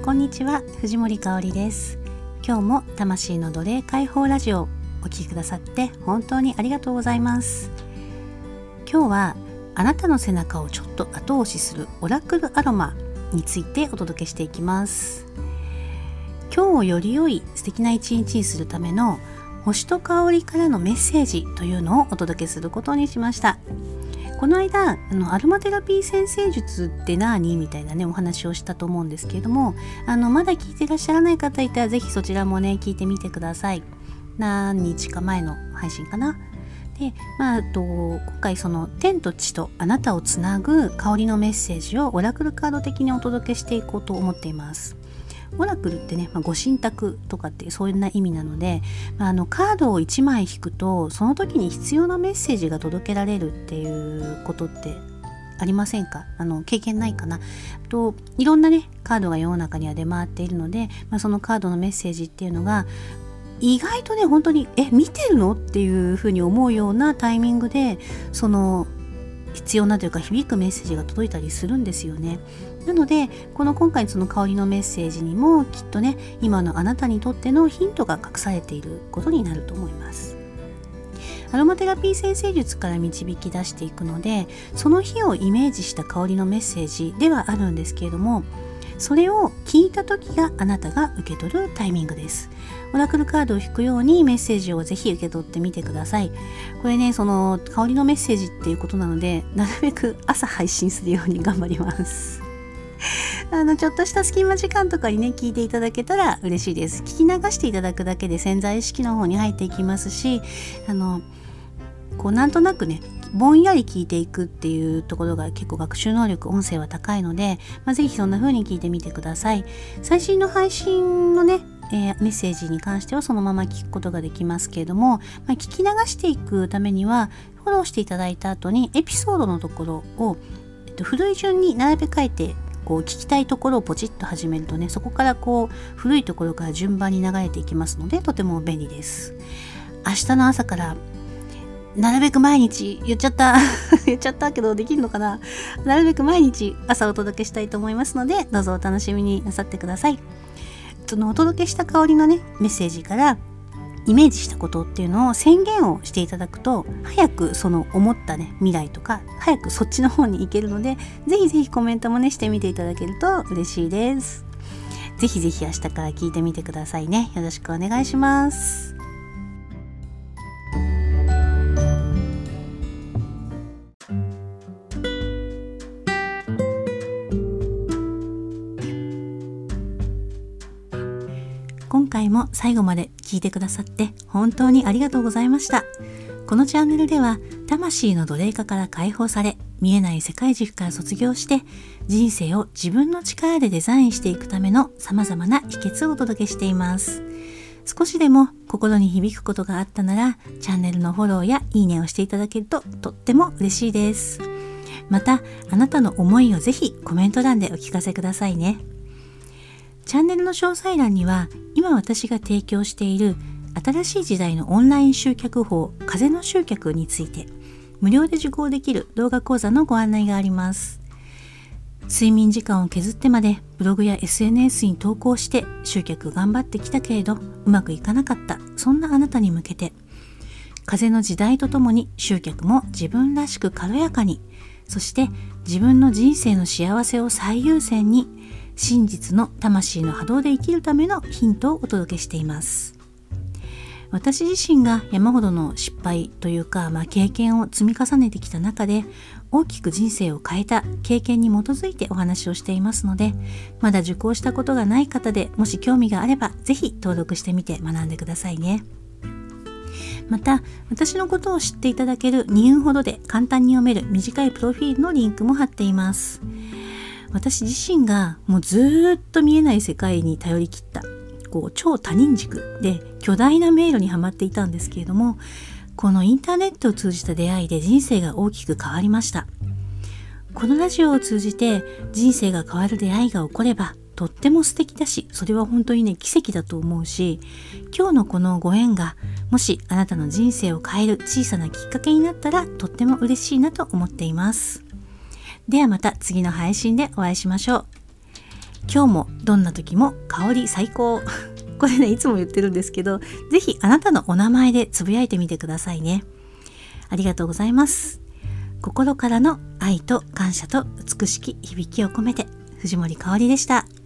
こんにちは、藤森かおりです。今日も魂の奴隷解放ラジオをお聞きくださって本当にありがとうございます。今日はあなたの背中をちょっと後押しするオラクルアロマについてお届けしていきます。今日をより良い素敵な一日にするための星と香りからのメッセージというのをお届けすることにしました。この間アロマテラピー占星術って何みたいなねお話をしたと思うんですけれども、まだ聞いてらっしゃらない方いたらぜひそちらもね聞いてみてください。何日か前の配信かな。で、今回その天と地とあなたをつなぐ香りのメッセージをオラクルカード的にお届けしていこうと思っています。オラクルってね、ご神託とかってそういうな意味なので、カードを1枚引くとその時に必要なメッセージが届けられるっていうことってありませんか？経験ないかな。いろんなねカードが世の中には出回っているので、そのカードのメッセージっていうのが意外とね本当に見てるのっていうふうに思うようなタイミングでその必要なというか響くメッセージが届いたりするんですよね。なので今回その香りのメッセージにもきっとね今のあなたにとってのヒントが隠されていることになると思います。アロマテラピー占星術から導き出していくのでその日をイメージした香りのメッセージではあるんですけれども、それを聞いた時があなたが受け取るタイミングです。オラクルカードを引くようにメッセージをぜひ受け取ってみてください。これねその香りのメッセージっていうことなのでなるべく朝配信するように頑張ります。ちょっとした隙間時間とかにね聞いていただけたら嬉しいです。聞き流していただくだけで潜在意識の方に入っていきますし、なんとなくねぼんやり聞いていくっていうところが結構学習能力音声は高いので、ぜひそんな風に聞いてみてください。最新の配信のね、メッセージに関してはそのまま聞くことができますけれども、聞き流していくためにはフォローしていただいた後にエピソードのところを、古い順に並べ替えて聞きたいところをポチッと始めるとねそこから古いところから順番に流れていきますのでとても便利です。明日の朝からなるべく毎日言っちゃったけどできるのかな。なるべく毎日朝お届けしたいと思いますのでどうぞお楽しみになさってください。そのお届けした香りのねメッセージからイメージしたことっていうのを宣言をしていただくと早くその思ったね未来とか早くそっちの方に行けるのでぜひぜひコメントもねしてみていただけると嬉しいです。ぜひぜひ明日から聞いてみてくださいね。よろしくお願いします。今回も最後まで聞いてくださって本当にありがとうございました。このチャンネルでは魂の奴隷化から解放され見えない世界軸から卒業して人生を自分の力でデザインしていくための様々な秘訣をお届けしています。少しでも心に響くことがあったならチャンネルのフォローやいいねをしていただけるととっても嬉しいです。またあなたの思いをぜひコメント欄でお聞かせくださいね。チャンネルの詳細欄には今私が提供している新しい時代のオンライン集客法風の集客について無料で受講できる動画講座のご案内があります。睡眠時間を削ってまでブログや SNS に投稿して集客頑張ってきたけれどうまくいかなかったそんなあなたに向けて風の時代とともに集客も自分らしく軽やかにそして自分の人生の幸せを最優先に真実の魂の波動で生きるためのヒントをお届けしています。私自身が山ほどの失敗というか、経験を積み重ねてきた中で大きく人生を変えた経験に基づいてお話をしていますので、まだ受講したことがない方でもし興味があればぜひ登録してみて学んでくださいね。また私のことを知っていただける2分ほどで簡単に読める短いプロフィールのリンクも貼っています。私自身がもうずっと見えない世界に頼り切った超他人軸で巨大な迷路にはまっていたんですけれども、このインターネットを通じた出会いで人生が大きく変わりました。このラジオを通じて人生が変わる出会いが起こればとっても素敵だし、それは本当にね奇跡だと思うし、今日のこのご縁がもしあなたの人生を変える小さなきっかけになったらとっても嬉しいなと思っています。ではまた次の配信でお会いしましょう。 今日もどんな時も香り最高これねいつも言ってるんですけど、ぜひあなたのお名前でつぶやいてみてくださいね。ありがとうございます。心からの愛と感謝と美しき響きを込めて、藤森かおりでした。